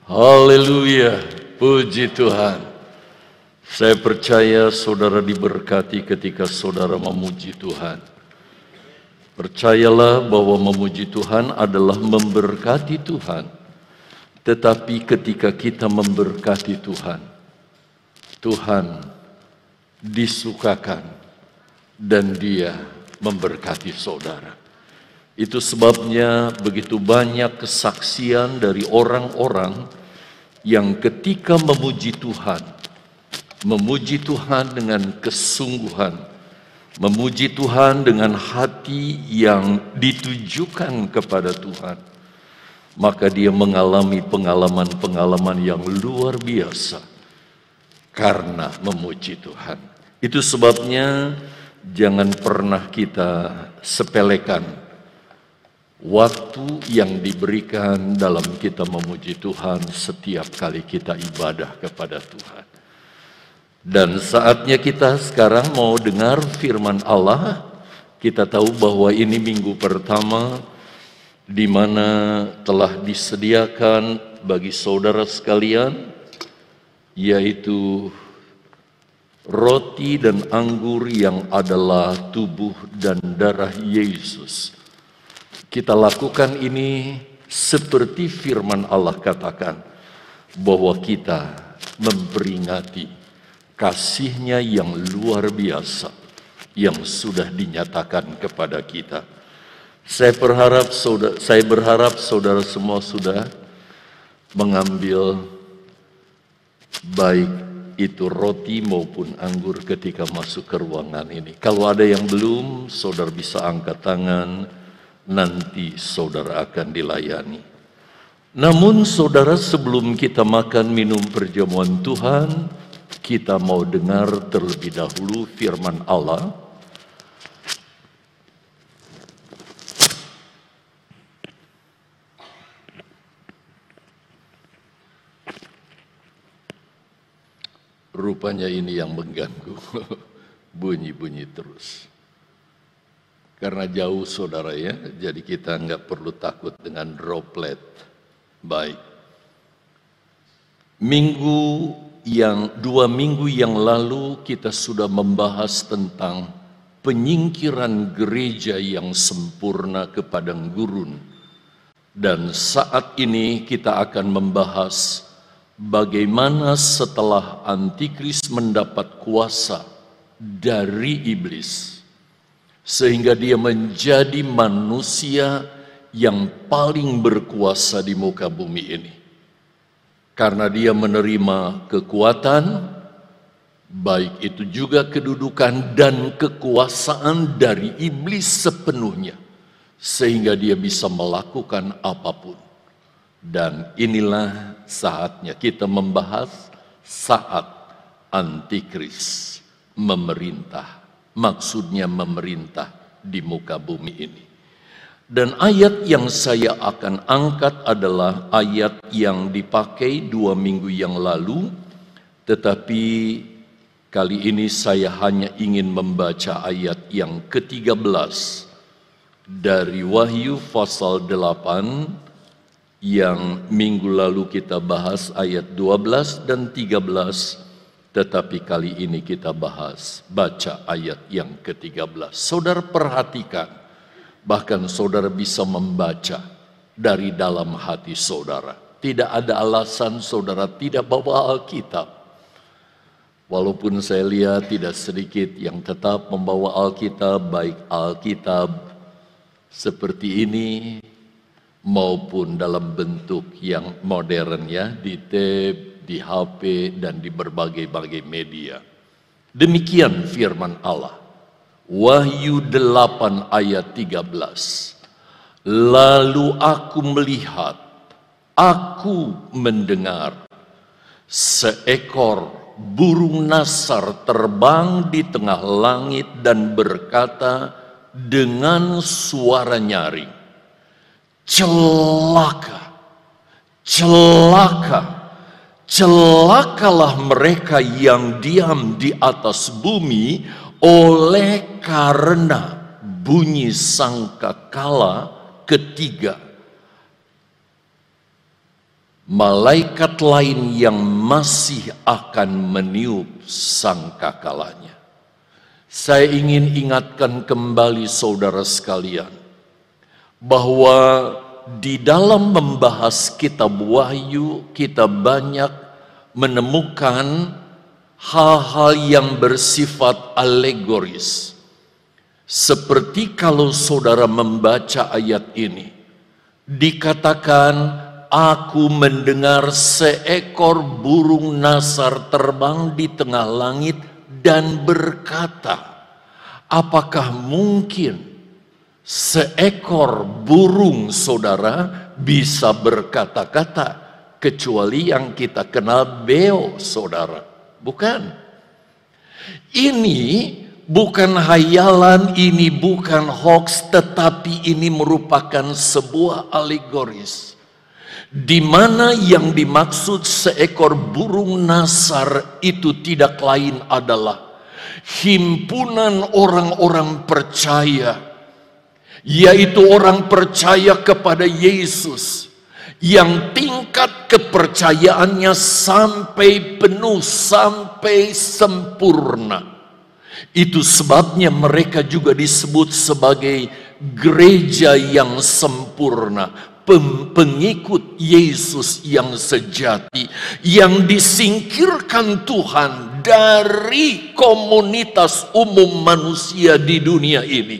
Haleluya, puji Tuhan. Saya percaya saudara diberkati ketika saudara memuji Tuhan. Percayalah bahwa memuji Tuhan adalah memberkati Tuhan. Tetapi ketika kita memberkati Tuhan, Tuhan disukakan dan Dia memberkati saudara. Itu sebabnya begitu banyak kesaksian dari orang-orang yang ketika memuji Tuhan dengan kesungguhan, memuji Tuhan dengan hati yang ditujukan kepada Tuhan, maka dia mengalami pengalaman-pengalaman yang luar biasa karena memuji Tuhan. Itu sebabnya jangan pernah kita sepelekan waktu yang diberikan dalam kita memuji Tuhan setiap kali kita ibadah kepada Tuhan. Dan saatnya kita sekarang mau dengar firman Allah. Kita tahu bahwa ini minggu pertama di mana telah disediakan bagi saudara sekalian, yaitu roti dan anggur yang adalah tubuh dan darah Yesus. Kita lakukan ini seperti firman Allah katakan, bahwa kita memperingati kasih-Nya yang luar biasa yang sudah dinyatakan kepada kita. Saya berharap saudara semua sudah mengambil baik itu roti maupun anggur ketika masuk ke ruangan ini. Kalau ada yang belum, saudara bisa angkat tangan. Nanti saudara akan dilayani. Namun saudara, sebelum kita makan minum perjamuan Tuhan, kita mau dengar terlebih dahulu firman Allah. Rupanya ini yang mengganggu. Bunyi-bunyi terus. Karena jauh saudara ya, jadi kita nggak perlu takut dengan droplet. Baik. 2 minggu yang lalu kita sudah membahas tentang penyingkiran gereja yang sempurna ke padang gurun. Dan saat ini kita akan membahas bagaimana setelah antikris mendapat kuasa dari iblis, sehingga dia menjadi manusia yang paling berkuasa di muka bumi ini. Karena dia menerima kekuatan, baik itu juga kedudukan dan kekuasaan dari iblis sepenuhnya, sehingga dia bisa melakukan apapun. Dan inilah saatnya kita membahas saat antikris memerintah. Maksudnya memerintah di muka bumi ini. Dan ayat yang saya akan angkat adalah ayat yang dipakai 2 minggu yang lalu. Tetapi kali ini saya hanya ingin membaca ayat yang ke-13 dari Wahyu pasal 8 yang minggu lalu kita bahas ayat 12 dan 13. Tetapi kali ini kita baca ayat yang ke-13. Saudara perhatikan, bahkan saudara bisa membaca dari dalam hati saudara. Tidak ada alasan saudara tidak bawa Alkitab. Walaupun saya lihat tidak sedikit yang tetap membawa Alkitab, baik Alkitab seperti ini, maupun dalam bentuk yang modern ya, di tab, di HP, dan di berbagai-bagai media. Demikian firman Allah. Wahyu 8 ayat 13. Lalu aku melihat, aku mendengar seekor burung nasar terbang di tengah langit dan berkata dengan suara nyaring, celaka, celaka. Celakalah mereka yang diam di atas bumi oleh karena bunyi sangkakala ketiga malaikat lain yang masih akan meniup sangkakalanya. Saya ingin ingatkan kembali saudara sekalian, bahwa di dalam membahas kitab Wahyu, kita banyak menemukan hal-hal yang bersifat alegoris. Seperti kalau saudara membaca ayat ini, dikatakan, aku mendengar seekor burung nasar terbang di tengah langit dan berkata. Apakah mungkin seekor burung saudara bisa berkata-kata kecuali yang kita kenal beo saudara? Bukan. Ini bukan hayalan, ini bukan hoax, tetapi ini merupakan sebuah alegoris. Di mana yang dimaksud seekor burung nasar itu tidak lain adalah himpunan orang-orang percaya, yaitu orang percaya kepada Yesus yang tingkat kepercayaannya sampai penuh, sampai sempurna. Itu sebabnya mereka juga disebut sebagai gereja yang sempurna, pengikut Yesus yang sejati, yang disingkirkan Tuhan dari komunitas umum manusia di dunia ini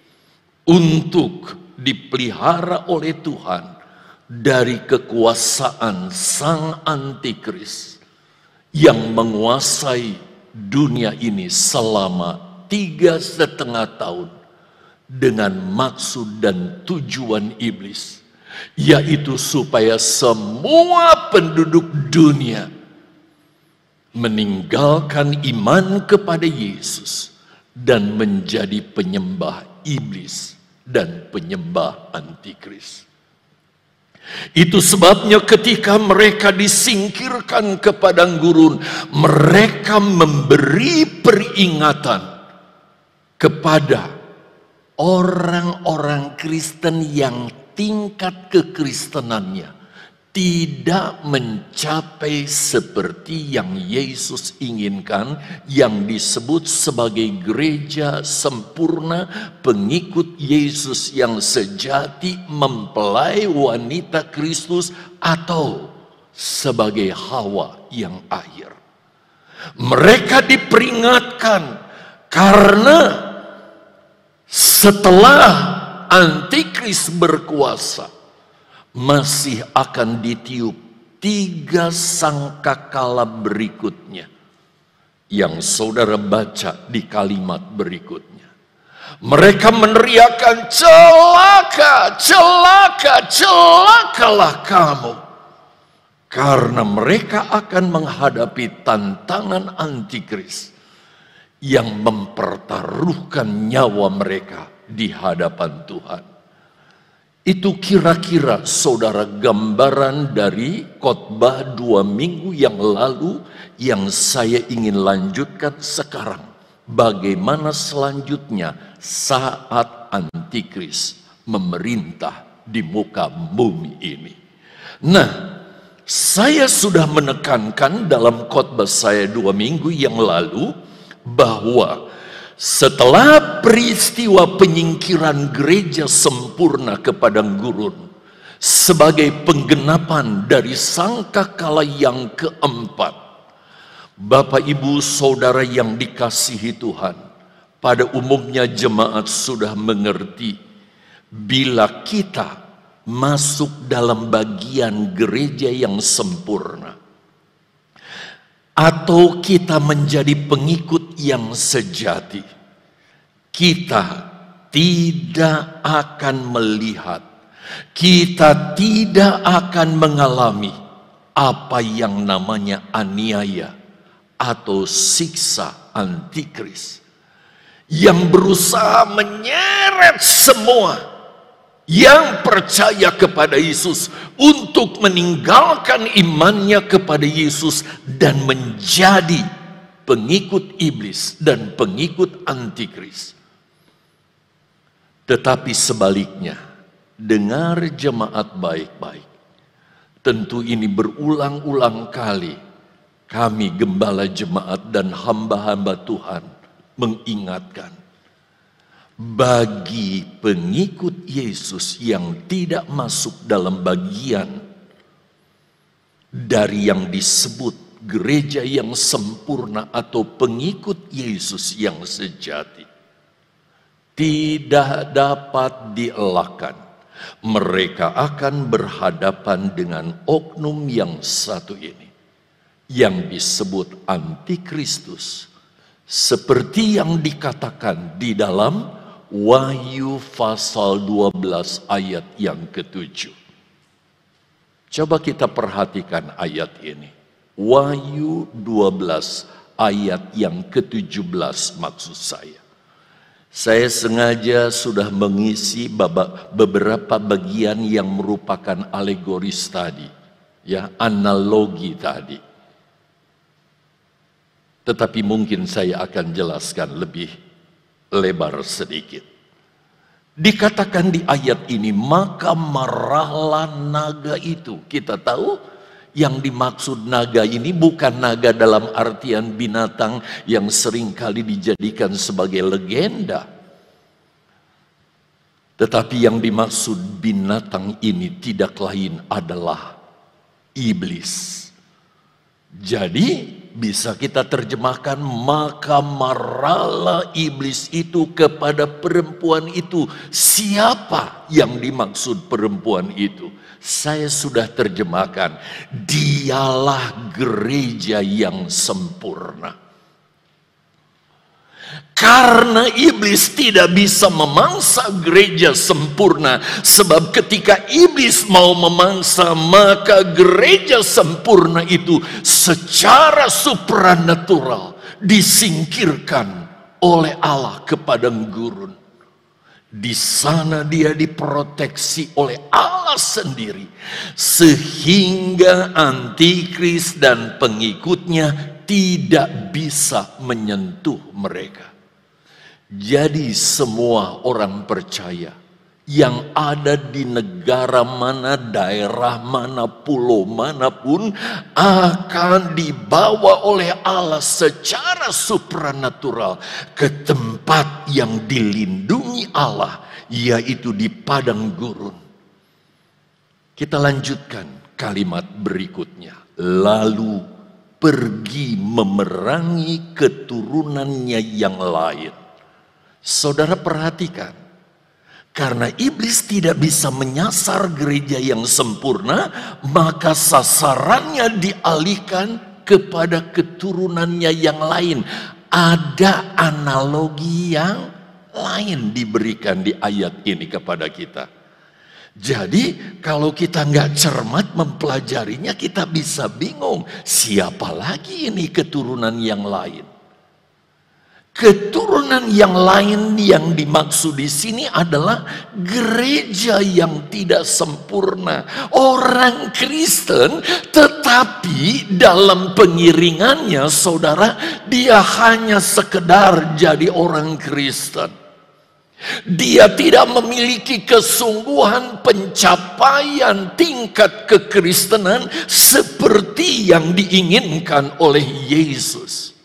untuk dipelihara oleh Tuhan dari kekuasaan sang antikris yang menguasai dunia ini selama 3,5 tahun dengan maksud dan tujuan iblis, yaitu supaya semua penduduk dunia meninggalkan iman kepada Yesus dan menjadi penyembah iblis dan penyembah antikris. Itu sebabnya ketika mereka disingkirkan ke padang gurun, mereka memberi peringatan kepada orang-orang Kristen yang tingkat kekristenannya tidak mencapai seperti yang Yesus inginkan, yang disebut sebagai gereja sempurna, pengikut Yesus yang sejati, mempelai wanita Kristus, atau sebagai Hawa yang akhir. Mereka diperingatkan karena setelah antikris berkuasa, masih akan ditiup 3 sangkakala berikutnya yang saudara baca di kalimat berikutnya. Mereka meneriakkan, celaka, celaka, celakalah kamu, karena mereka akan menghadapi tantangan antikris yang mempertaruhkan nyawa mereka di hadapan Tuhan. Itu kira-kira saudara gambaran dari khotbah 2 minggu yang lalu yang saya ingin lanjutkan sekarang. Bagaimana selanjutnya saat antikris memerintah di muka bumi ini. Nah, saya sudah menekankan dalam khotbah saya 2 minggu yang lalu bahwa setelah peristiwa penyingkiran gereja sempurna ke padang gurun sebagai penggenapan dari sangkakala yang keempat, Bapak Ibu Saudara yang dikasihi Tuhan, pada umumnya jemaat sudah mengerti bila kita masuk dalam bagian gereja yang sempurna, atau kita menjadi pengikut yang sejati, kita tidak akan melihat, kita tidak akan mengalami apa yang namanya aniaya atau siksa antikris yang berusaha menyeret semua yang percaya kepada Yesus untuk meninggalkan imannya kepada Yesus dan menjadi pengikut iblis dan pengikut antikris. Tetapi sebaliknya, dengar jemaat baik-baik. Tentu ini berulang-ulang kali kami gembala jemaat dan hamba-hamba Tuhan mengingatkan. Bagi pengikut Yesus yang tidak masuk dalam bagian dari yang disebut gereja yang sempurna atau pengikut Yesus yang sejati, tidak dapat dielakkan. Mereka akan berhadapan dengan oknum yang satu ini, yang disebut antikristus, seperti yang dikatakan di dalam Wahyu pasal 12 ayat yang ke-7. Coba kita perhatikan ayat ini. Wahyu 12 ayat yang ke-17 maksud saya. Saya sengaja sudah mengisi beberapa bagian yang merupakan alegoris tadi, ya, analogi tadi. Tetapi mungkin saya akan jelaskan lebih lebar sedikit. Dikatakan di ayat ini, maka marahlah naga itu. Kita tahu yang dimaksud naga ini bukan naga dalam artian binatang yang seringkali dijadikan sebagai legenda. Tetapi yang dimaksud binatang ini tidak lain adalah iblis. Jadi bisa kita terjemahkan, maka marahlah iblis itu kepada perempuan itu. Siapa yang dimaksud perempuan itu? Saya sudah terjemahkan, dialah gereja yang sempurna. Karena iblis tidak bisa memangsa gereja sempurna, sebab ketika iblis mau memangsa, maka gereja sempurna itu secara supranatural disingkirkan oleh Allah ke padang gurun. Di sana dia diproteksi oleh Allah sendiri, sehingga antikris dan pengikutnya tidak bisa menyentuh mereka. Jadi semua orang percaya yang ada di negara mana, daerah mana, pulau manapun akan dibawa oleh Allah secara supranatural ke tempat yang dilindungi Allah, yaitu di padang gurun. Kita lanjutkan kalimat berikutnya. Lalu pergi memerangi keturunannya yang lain. Saudara perhatikan, karena iblis tidak bisa menyasar gereja yang sempurna, maka sasarannya dialihkan kepada keturunannya yang lain. Ada analogi yang lain diberikan di ayat ini kepada kita. Jadi kalau kita nggak cermat mempelajarinya, kita bisa bingung, siapa lagi ini keturunan yang lain? Keturunan yang lain yang dimaksud di sini adalah gereja yang tidak sempurna. Orang Kristen, tetapi dalam pengiringannya, saudara, dia hanya sekedar jadi orang Kristen. Dia tidak memiliki kesungguhan pencapaian tingkat kekristenan seperti yang diinginkan oleh Yesus.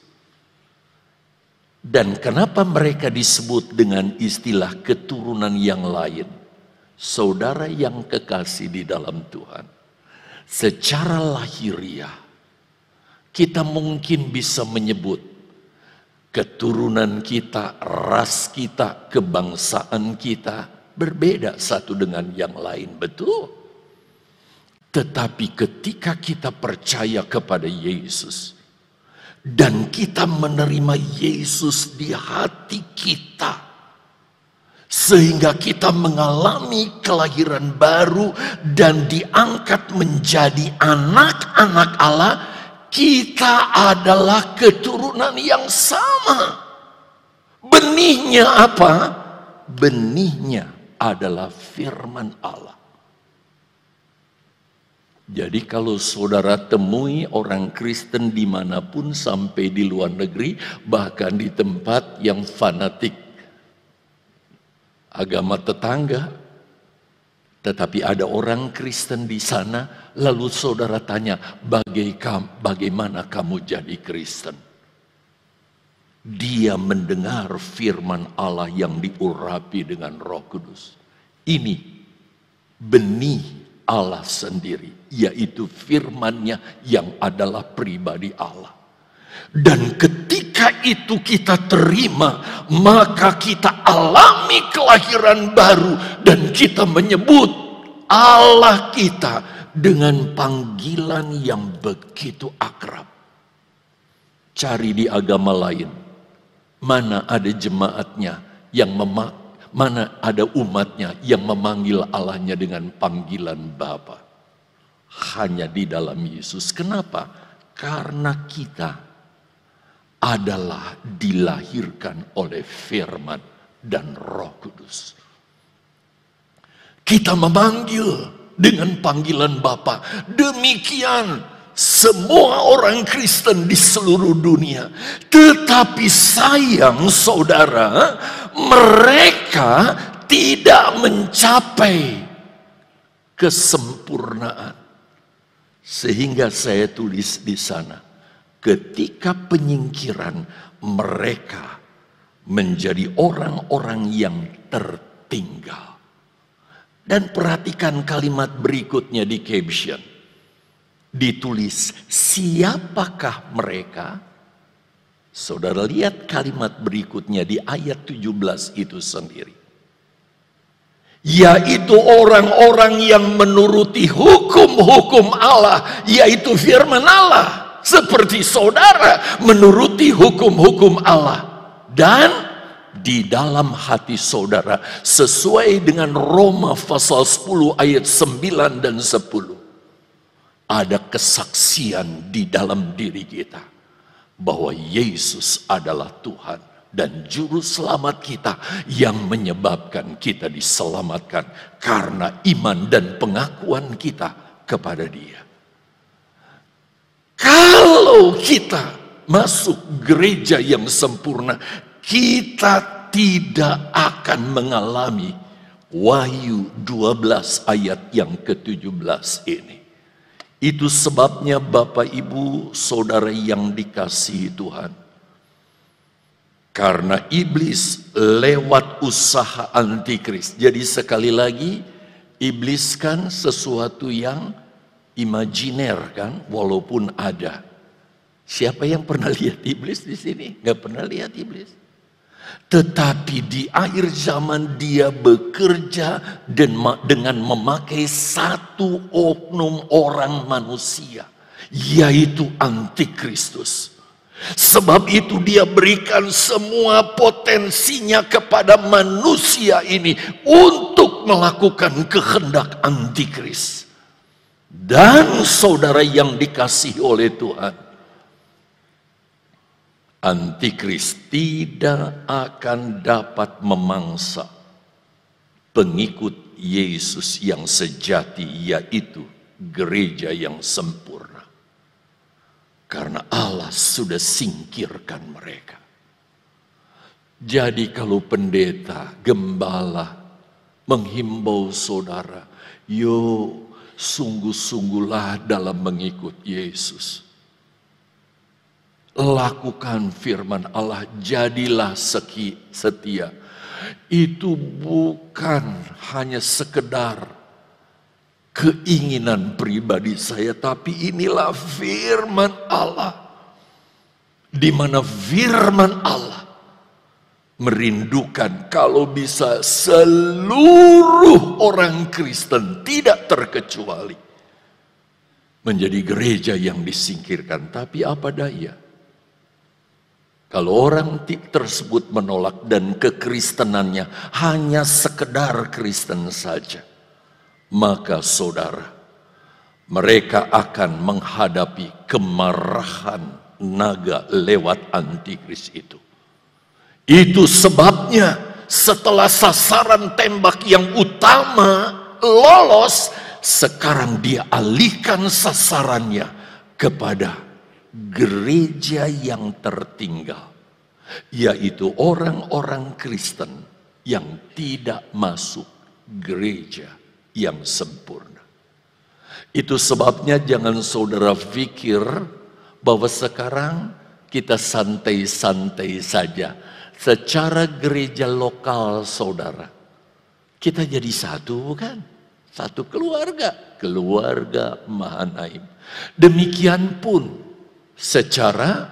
Dan kenapa mereka disebut dengan istilah keturunan yang lain? Saudara yang kekasih di dalam Tuhan, secara lahiriah kita mungkin bisa menyebut keturunan kita, ras kita, kebangsaan kita berbeda satu dengan yang lain, betul. Tetapi ketika kita percaya kepada Yesus dan kita menerima Yesus di hati kita, sehingga kita mengalami kelahiran baru dan diangkat menjadi anak-anak Allah, kita adalah keturunan yang sama. Benihnya apa? Benihnya adalah firman Allah. Jadi kalau saudara temui orang Kristen dimanapun, sampai di luar negeri, bahkan di tempat yang fanatik agama tetangga, Tetapi ada orang Kristen di sana, lalu saudara tanya, bagaimana kamu jadi Kristen? Dia mendengar firman Allah yang diurapi dengan Roh Kudus. Ini benih Allah sendiri, yaitu firman-Nya yang adalah pribadi Allah. Dan ketika itu kita terima, maka kita alami kelahiran baru dan kita menyebut Allah kita dengan panggilan yang begitu akrab. Cari di agama lain, mana ada jemaatnya yang mana ada umatnya yang memanggil Allahnya dengan panggilan Bapa. Hanya di dalam Yesus. Kenapa? Karena kita adalah dilahirkan oleh firman dan Roh Kudus. Kita memanggil dengan panggilan Bapa. Demikian semua orang Kristen di seluruh dunia. Tetapi sayang saudara, mereka tidak mencapai kesempurnaan. Sehingga saya tulis di sana, ketika penyingkiran, mereka menjadi orang-orang yang tertinggal. Dan perhatikan kalimat berikutnya di caption. Ditulis, siapakah mereka? Saudara lihat kalimat berikutnya di ayat 17 itu sendiri. Yaitu orang-orang yang menuruti hukum-hukum Allah, yaitu firman Allah. Seperti saudara menuruti hukum-hukum Allah. Dan di dalam hati saudara, sesuai dengan Roma pasal 10 ayat 9 dan 10. Ada kesaksian di dalam diri kita. Bahwa Yesus adalah Tuhan dan juru selamat kita yang menyebabkan kita diselamatkan karena iman dan pengakuan kita kepada Dia. Kalau kita masuk gereja yang sempurna, kita tidak akan mengalami Wahyu 12 ayat yang ke-17 ini. Itu sebabnya Bapak Ibu Saudara yang dikasihi Tuhan. Karena iblis lewat usaha antikris. Jadi sekali lagi, iblis kan sesuatu yang imajiner kan, walaupun ada. Siapa yang pernah lihat iblis di sini? Gak pernah lihat iblis. Tetapi di akhir zaman dia bekerja dengan memakai satu oknum orang manusia, yaitu antikristus. Sebab itu dia berikan semua potensinya kepada manusia ini untuk melakukan kehendak antikris. Dan saudara yang dikasihi oleh Tuhan, antikris tidak akan dapat memangsa pengikut Yesus yang sejati, yaitu gereja yang sempurna. Karena Allah sudah singkirkan mereka. Jadi kalau pendeta, gembala menghimbau saudara, yo sungguh-sungguhlah dalam mengikut Yesus. Lakukan firman Allah, jadilah setia. Itu bukan hanya sekedar keinginan pribadi saya, tapi inilah firman Allah. Di mana firman Allah merindukan kalau bisa seluruh orang Kristen tidak terkecuali menjadi gereja yang disingkirkan. Tapi apa daya? Kalau orang tersebut menolak dan kekristenannya hanya sekedar Kristen saja, maka saudara, mereka akan menghadapi kemarahan naga lewat antikris itu. Itu sebabnya setelah sasaran tembak yang utama lolos, sekarang dia alihkan sasarannya kepada gereja yang tertinggal, yaitu orang-orang Kristen yang tidak masuk gereja yang sempurna. Itu sebabnya jangan saudara pikir bahwa sekarang kita santai-santai saja. Secara gereja lokal saudara, kita jadi satu bukan? Satu keluarga, keluarga Mahanaim. Demikian pun secara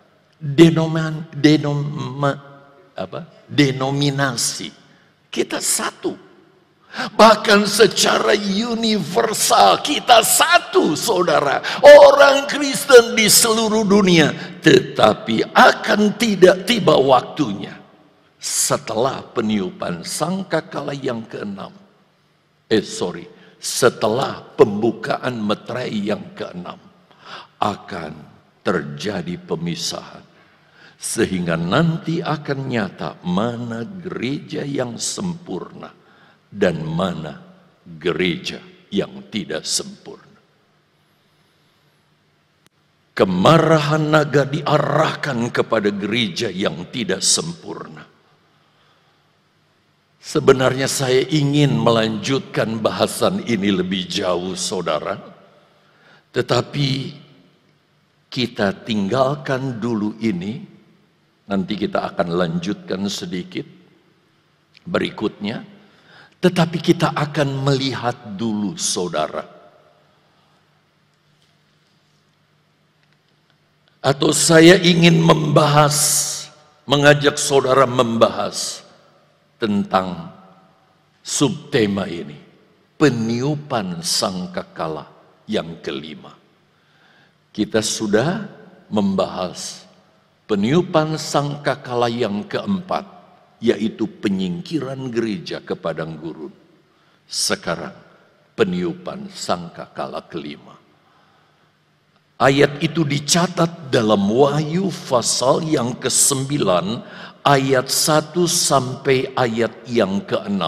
denominasi, kita satu. Bahkan secara universal kita satu saudara. Orang Kristen di seluruh dunia. Tetapi akan tidak tiba waktunya setelah peniupan sangkakala yang ke-6. Setelah pembukaan meterai yang ke-6 akan terjadi pemisahan. Sehingga nanti akan nyata mana gereja yang sempurna dan mana gereja yang tidak sempurna. Kemarahan naga diarahkan kepada gereja yang tidak sempurna. Sebenarnya saya ingin melanjutkan bahasan ini lebih jauh saudara. Tetapi kita tinggalkan dulu ini. Nanti kita akan lanjutkan sedikit berikutnya. Tetapi kita akan melihat dulu saudara. Atau saya ingin mengajak saudara membahas tentang subtema ini. Peniupan sangkakala yang ke-5. Kita sudah membahas peniupan sangkakala yang ke-4. Yaitu penyingkiran gereja ke padang gurun. Sekarang peniupan sangkakala ke-5. Ayat itu dicatat dalam Wahyu pasal yang ke-9 ayat 1 sampai ayat yang ke-6.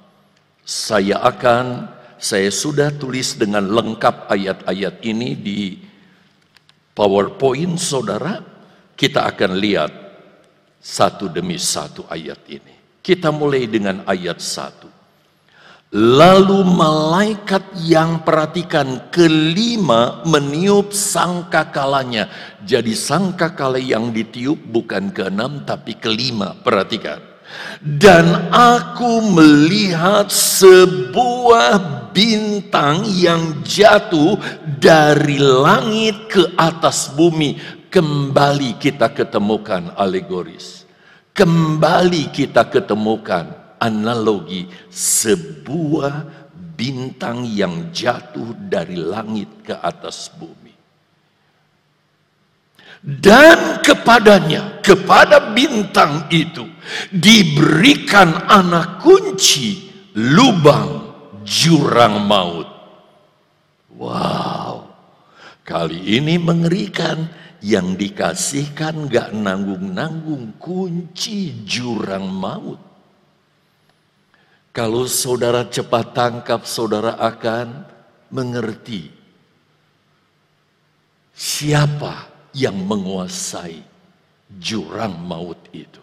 Saya sudah tulis dengan lengkap ayat-ayat ini di PowerPoint saudara. Kita akan lihat satu demi satu ayat ini. Kita mulai dengan ayat 1. Lalu malaikat yang perhatikan ke-5 meniup sangkakalanya. Jadi sangkakala yang ditiup bukan ke-6 tapi ke-5. Perhatikan. Dan aku melihat sebuah bintang yang jatuh dari langit ke atas bumi. Kembali kita ketemukan alegoris. Kembali kita ketemukan analogi sebuah bintang yang jatuh dari langit ke atas bumi. Dan kepadanya, kepada bintang itu diberikan anak kunci lubang jurang maut. Wow, kali ini mengerikan. Yang dikasihkan gak nanggung-nanggung kunci jurang maut. Kalau saudara cepat tangkap, saudara akan mengerti siapa yang menguasai jurang maut itu.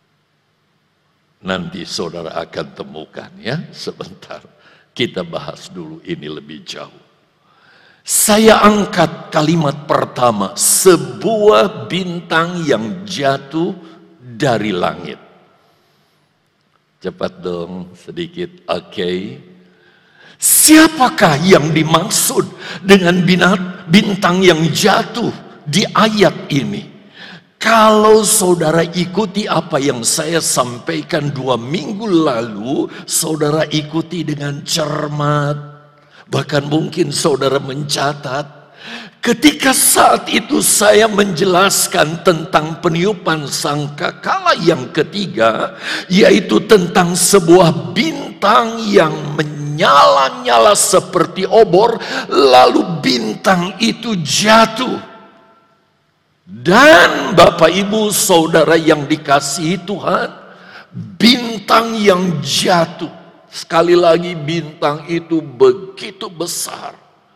Nanti saudara akan temukan ya, sebentar. Kita bahas dulu ini lebih jauh. Saya angkat kalimat pertama, sebuah bintang yang jatuh dari langit. Cepat dong sedikit, oke. Siapakah yang dimaksud dengan bintang yang jatuh di ayat ini? Kalau saudara ikuti apa yang saya sampaikan 2 minggu lalu, saudara ikuti dengan cermat. Bahkan mungkin saudara mencatat, ketika saat itu saya menjelaskan tentang peniupan sangkakala yang ketiga, yaitu tentang sebuah bintang yang menyala-nyala seperti obor, lalu bintang itu jatuh. Dan Bapak Ibu saudara yang dikasihi Tuhan, bintang yang jatuh. Sekali lagi bintang itu begitu besar.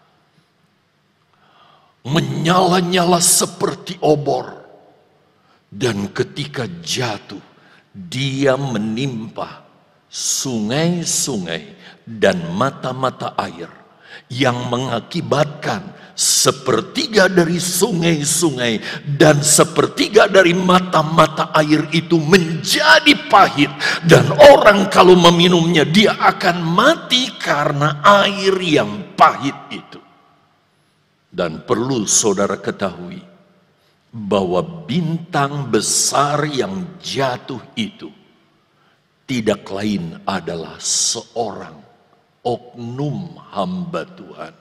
Menyala-nyala seperti obor. Dan ketika jatuh, dia menimpa sungai-sungai dan mata-mata air yang mengakibatkan sepertiga dari sungai-sungai dan sepertiga dari mata-mata air itu menjadi pahit, dan orang kalau meminumnya dia akan mati karena air yang pahit itu. Dan perlu saudara ketahui bahwa bintang besar yang jatuh itu tidak lain adalah seorang oknum hamba Tuhan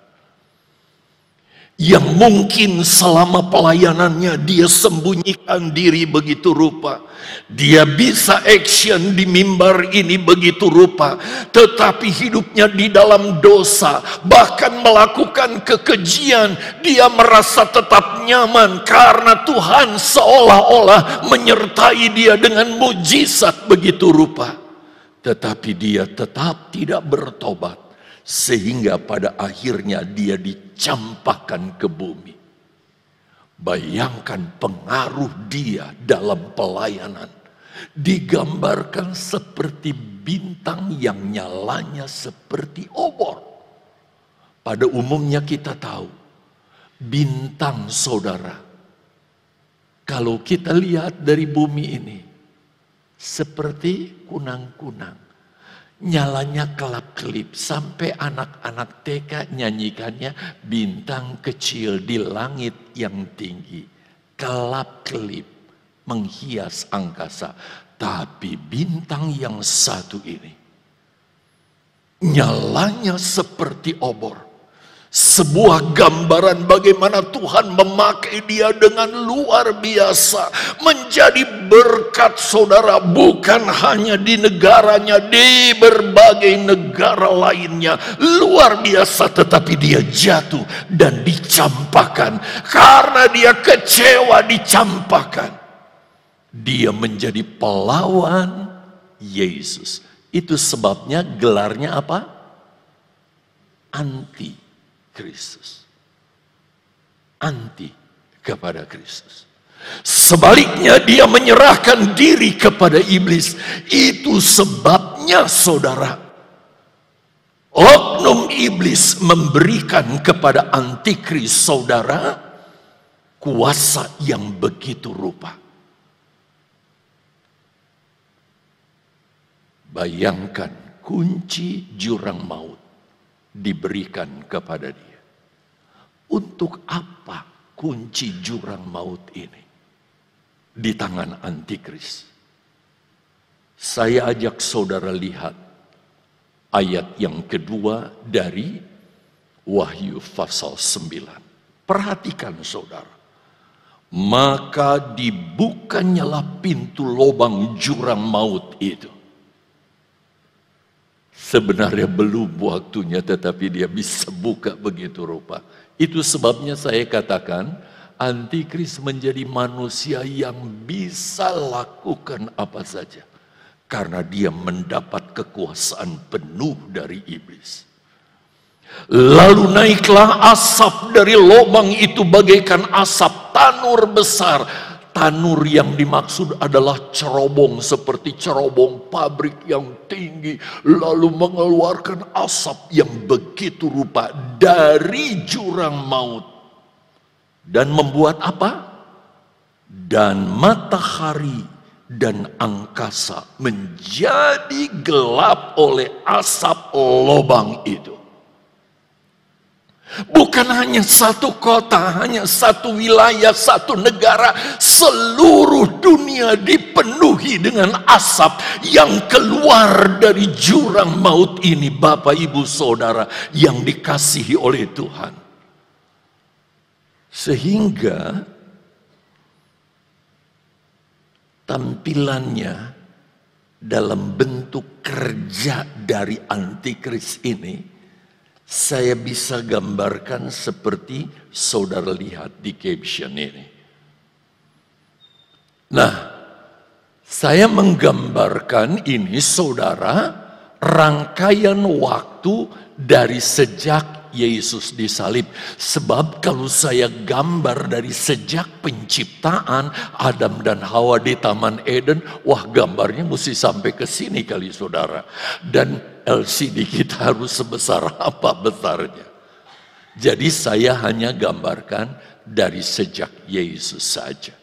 yang mungkin selama pelayanannya dia sembunyikan diri begitu rupa. Dia bisa action di mimbar ini begitu rupa, tetapi hidupnya di dalam dosa, bahkan melakukan kekejian. Dia merasa tetap nyaman karena Tuhan seolah-olah menyertai dia dengan mujizat begitu rupa. Tetapi dia tetap tidak bertobat, sehingga pada akhirnya dia dicampakkan ke bumi. Bayangkan pengaruh dia dalam pelayanan. Digambarkan seperti bintang yang nyalanya seperti obor. Pada umumnya kita tahu, bintang saudara, kalau kita lihat dari bumi ini, seperti kunang-kunang. Nyalanya kelap-kelip, sampai anak-anak TK nyanyikannya, bintang kecil di langit yang tinggi, kelap-kelip menghias angkasa. Tapi bintang yang satu ini, nyalanya seperti obor. Sebuah gambaran bagaimana Tuhan memakai dia dengan luar biasa. Menjadi berkat saudara, bukan hanya di negaranya, di berbagai negara lainnya. Luar biasa, tetapi dia jatuh dan dicampakkan. Karena dia kecewa dicampakkan. Dia menjadi pelawan Yesus. Itu sebabnya gelarnya apa? Anti Kristus. Anti kepada Kristus. Sebaliknya dia menyerahkan diri kepada iblis. Itu sebabnya saudara, oknum iblis memberikan kepada antikris saudara kuasa yang begitu rupa. Bayangkan, kunci jurang maut diberikan kepada dia. Untuk apa kunci jurang maut ini di tangan antikris? Saya ajak saudara lihat ayat yang kedua dari Wahyu pasal 9. Perhatikan saudara. Maka dibukanyalah pintu lubang jurang maut itu. Sebenarnya belum waktunya, tetapi dia bisa buka begitu rupa. Itu sebabnya saya katakan, antikris menjadi manusia yang bisa lakukan apa saja. Karena dia mendapat kekuasaan penuh dari iblis. Lalu naiklah asap dari lubang itu bagaikan asap tanur besar. Tanur yang dimaksud adalah cerobong, seperti cerobong pabrik yang tinggi, lalu mengeluarkan asap yang begitu rupa dari jurang maut. Dan membuat apa? Dan matahari dan angkasa menjadi gelap oleh asap lubang itu. Bukan hanya satu kota, hanya satu wilayah, satu negara, seluruh dunia dipenuhi dengan asap yang keluar dari jurang maut ini, Bapak Ibu Saudara yang dikasihi oleh Tuhan. Sehingga tampilannya dalam bentuk kerja dari antikris ini, saya bisa gambarkan seperti saudara lihat di caption ini. Nah, saya menggambarkan ini saudara, rangkaian waktu dari sejak Yesus disalib. Sebab kalau saya gambar dari sejak penciptaan Adam dan Hawa di Taman Eden, wah gambarnya mesti sampai ke sini kali saudara. Dan LCD kita harus sebesar apa besarnya. Jadi saya hanya gambarkan dari sejak Yesus saja.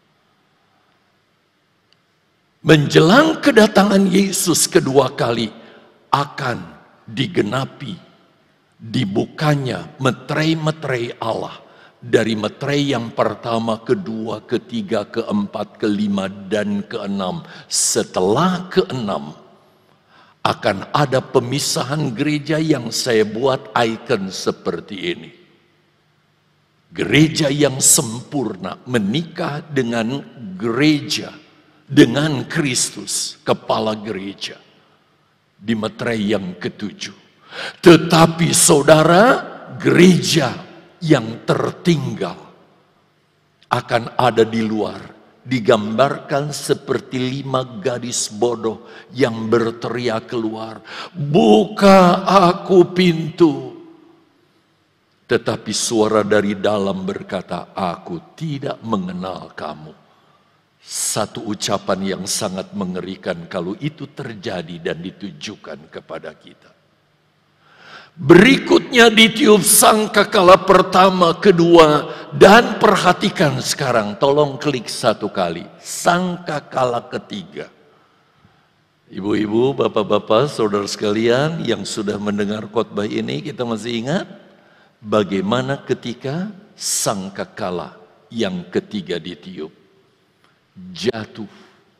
Menjelang kedatangan Yesus kedua kali akan digenapi, dibukanya meterai-meterai Allah. Dari meterai yang pertama, kedua, ketiga, keempat, kelima, dan keenam. Setelah keenam, akan ada pemisahan gereja yang saya buat ikon seperti ini. Gereja yang sempurna menikah dengan gereja, dengan Kristus, kepala gereja. Di meterai yang ketujuh. Tetapi saudara, gereja yang tertinggal akan ada di luar. Digambarkan seperti 5 gadis bodoh yang berteriak keluar, "Buka aku pintu." Tetapi suara dari dalam berkata, "Aku tidak mengenal kamu." Satu ucapan yang sangat mengerikan kalau itu terjadi dan ditujukan kepada kita. Berikutnya ditiup sangkakala pertama, kedua, dan perhatikan sekarang, tolong klik satu kali, sangkakala ketiga. Ibu-ibu, bapak-bapak, saudara sekalian yang sudah mendengar khotbah ini, kita masih ingat bagaimana ketika sangkakala yang ketiga ditiup? Jatuh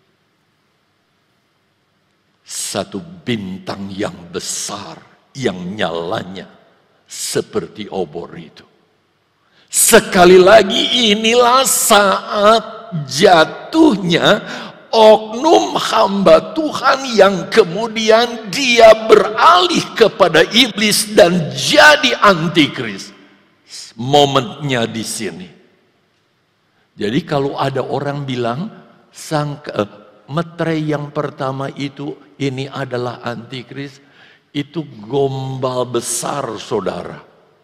satu bintang yang besar yang nyalanya seperti obor itu. Sekali lagi, inilah saat jatuhnya oknum hamba Tuhan yang kemudian dia beralih kepada iblis dan jadi antikris. Momennya di sini. Jadi kalau ada orang bilang meterai yang pertama itu ini adalah antikris, itu gombal besar saudara.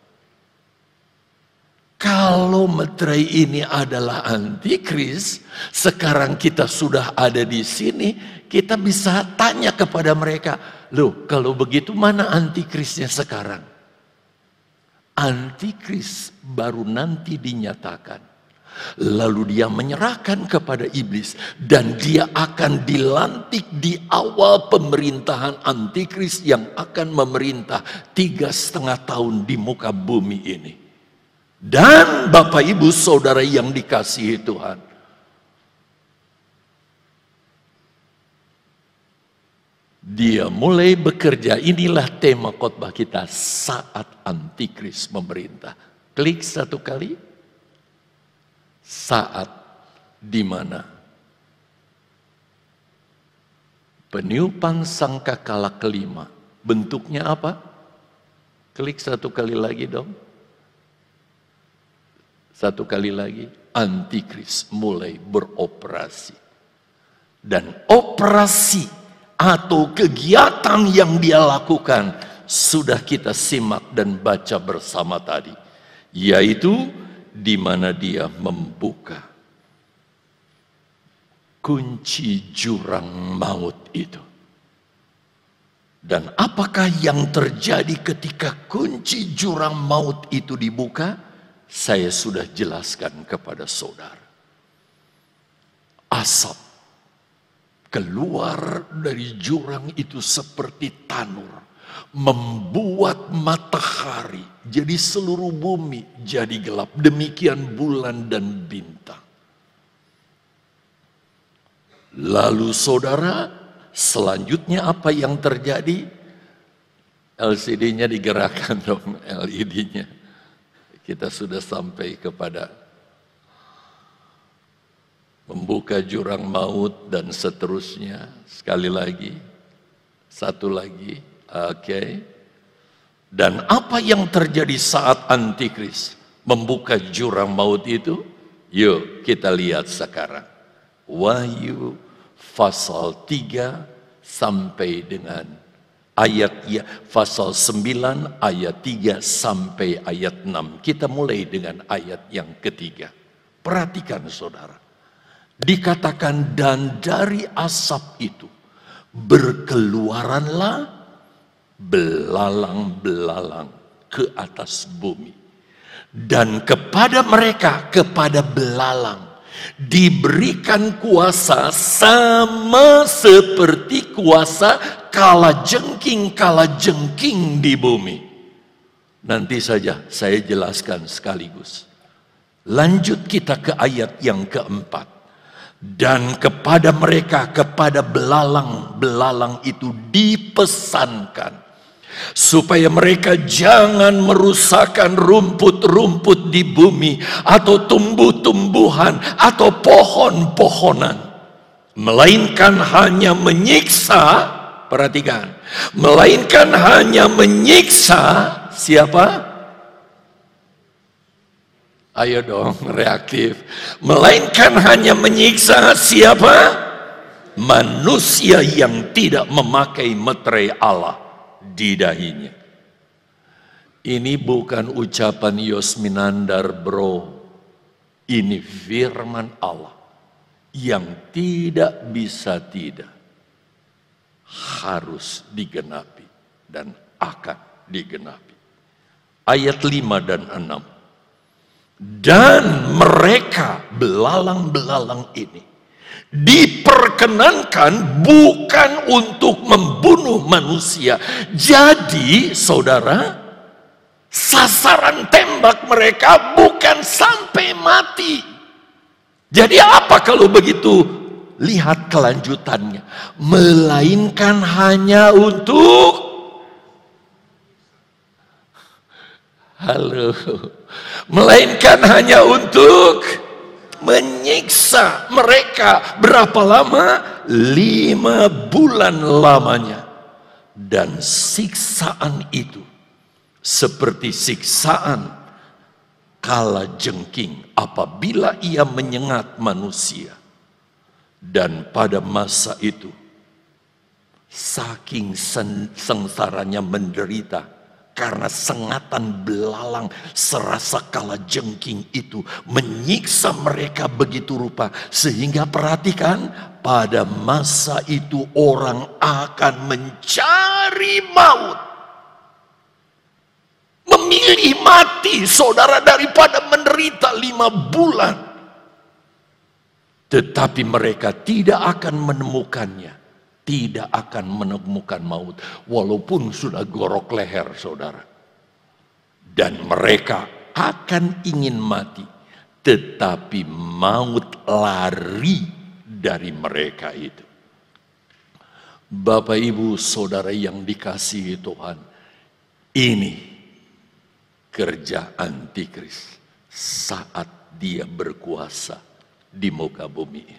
Kalau meterai ini adalah antikris, sekarang kita sudah ada di sini, kita bisa tanya kepada mereka, loh kalau begitu mana antikrisnya sekarang? Antikris baru nanti dinyatakan. Lalu dia menyerahkan kepada iblis dan dia akan dilantik di awal pemerintahan antikris yang akan memerintah 3,5 tahun di muka bumi ini. Dan Bapak Ibu Saudara yang dikasihi Tuhan, dia mulai bekerja. Inilah tema khotbah kita saat antikris memerintah. Klik satu kali. Saat di mana peniupan sangkakala kelima, bentuknya apa? Klik satu kali lagi dong. Satu kali lagi, antikris mulai beroperasi. Dan operasi atau kegiatan yang dia lakukan sudah kita simak dan baca bersama tadi, yaitu di mana dia membuka kunci jurang maut itu. Dan apakah yang terjadi ketika kunci jurang maut itu dibuka? Saya sudah jelaskan kepada saudara. Asap keluar dari jurang itu seperti tanur, membuat matahari jadi seluruh bumi jadi gelap. Demikian bulan dan bintang. Lalu saudara, selanjutnya apa yang terjadi? LCD-nya digerakkan dong, LED-nya. Kita sudah sampai kepada membuka jurang maut dan seterusnya. Sekali lagi, satu lagi. Oke. Dan apa yang terjadi saat antikris membuka jurang maut itu? Yuk kita lihat sekarang. Wahyu pasal 3 sampai dengan pasal 9 ayat 3 sampai ayat 6. Kita mulai dengan ayat yang ketiga. Perhatikan saudara. Dikatakan, dan dari asap itu berkeluaranlah belalang-belalang ke atas bumi. Dan kepada mereka, kepada belalang, diberikan kuasa sama seperti kuasa kalajengking di bumi. Nanti saja saya jelaskan sekaligus. Lanjut kita ke ayat yang keempat. Dan kepada mereka, kepada belalang-belalang itu dipesankan supaya mereka jangan merusakkan rumput-rumput di bumi atau tumbuh-tumbuhan atau pohon-pohonan, melainkan hanya menyiksa, perhatikan, melainkan hanya menyiksa siapa? Ayo dong, reaktif. Melainkan hanya menyiksa siapa? Manusia yang tidak memakai meterai Allah di dahinya. Ini bukan ucapan Yosminandar bro. Ini firman Allah yang tidak bisa tidak, harus digenapi dan akan digenapi. Ayat 5 dan 6. Dan mereka, belalang-belalang ini, diperkenankan bukan untuk membunuh manusia. Jadi saudara, sasaran tembak mereka bukan sampai mati. Jadi apa kalau begitu? Lihat kelanjutannya. Melainkan hanya untuk, melainkan hanya untuk menyiksa mereka. Berapa lama? 5 bulan lamanya. Dan siksaan itu seperti siksaan kalajengking apabila ia menyengat manusia. Dan pada masa itu, saking sengsaranya menderita karena sengatan belalang serasa kalajengking itu menyiksa mereka begitu rupa, sehingga perhatikan, pada masa itu orang akan mencari maut, memilih mati saudara daripada menderita 5 bulan. Tetapi mereka tidak akan menemukannya, tidak akan menemukan maut, walaupun sudah gorok leher saudara. Dan mereka akan ingin mati, tetapi maut lari dari mereka itu. Bapak ibu saudara yang dikasihi Tuhan, ini kerja antikris saat dia berkuasa di muka bumi ini.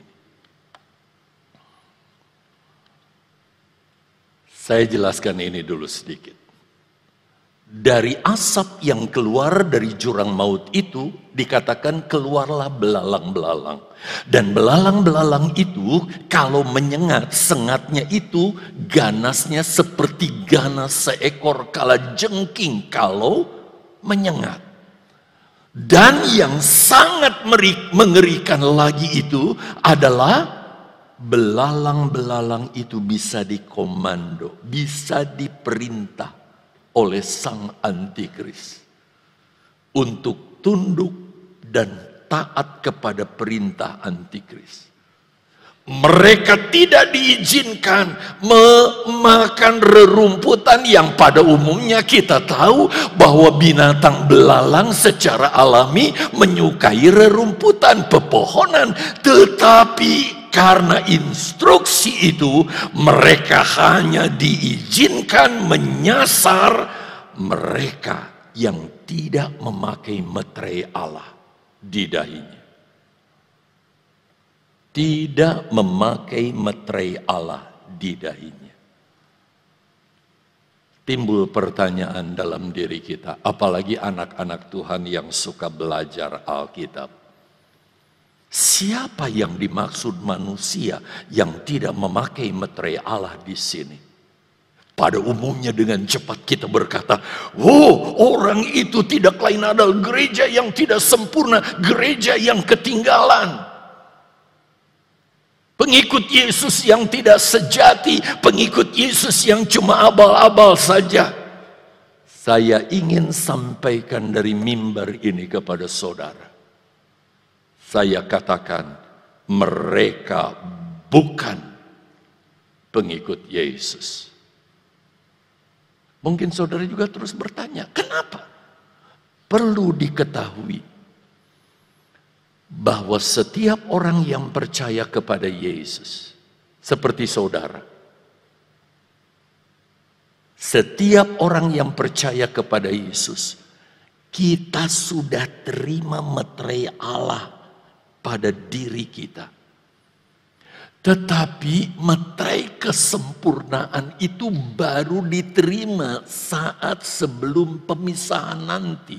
Saya jelaskan ini dulu sedikit. Dari asap yang keluar dari jurang maut itu dikatakan keluarlah belalang-belalang. Dan belalang-belalang itu kalau menyengat, sengatnya itu ganasnya seperti ganas seekor kalajengking kalau menyengat. Dan yang sangat mengerikan lagi itu adalah belalang-belalang itu bisa dikomando, bisa diperintah oleh sang antikris untuk tunduk dan taat kepada perintah antikris. Mereka tidak diizinkan memakan rerumputan yang pada umumnya kita tahu bahwa binatang belalang secara alami menyukai rerumputan, pepohonan. Tetapi karena instruksi itu mereka hanya diizinkan menyasar mereka yang tidak memakai meterai Allah di dahinya. Tidak memakai meterai Allah di dahinya. Timbul pertanyaan dalam diri kita, apalagi anak-anak Tuhan yang suka belajar Alkitab. Siapa yang dimaksud manusia yang tidak memakai meterai Allah di sini? Pada umumnya dengan cepat kita berkata, oh, orang itu tidak lain adalah gereja yang tidak sempurna, gereja yang ketinggalan. Pengikut Yesus yang tidak sejati, pengikut Yesus yang cuma abal-abal saja. Saya ingin sampaikan dari mimbar ini kepada saudara. Saya katakan, mereka bukan pengikut Yesus. Mungkin saudara juga terus bertanya, kenapa? Perlu diketahui bahwa setiap orang yang percaya kepada Yesus, seperti saudara, setiap orang yang percaya kepada Yesus, kita sudah terima meterai Allah pada diri kita. Tetapi meterai kesempurnaan itu baru diterima saat sebelum pemisahan nanti.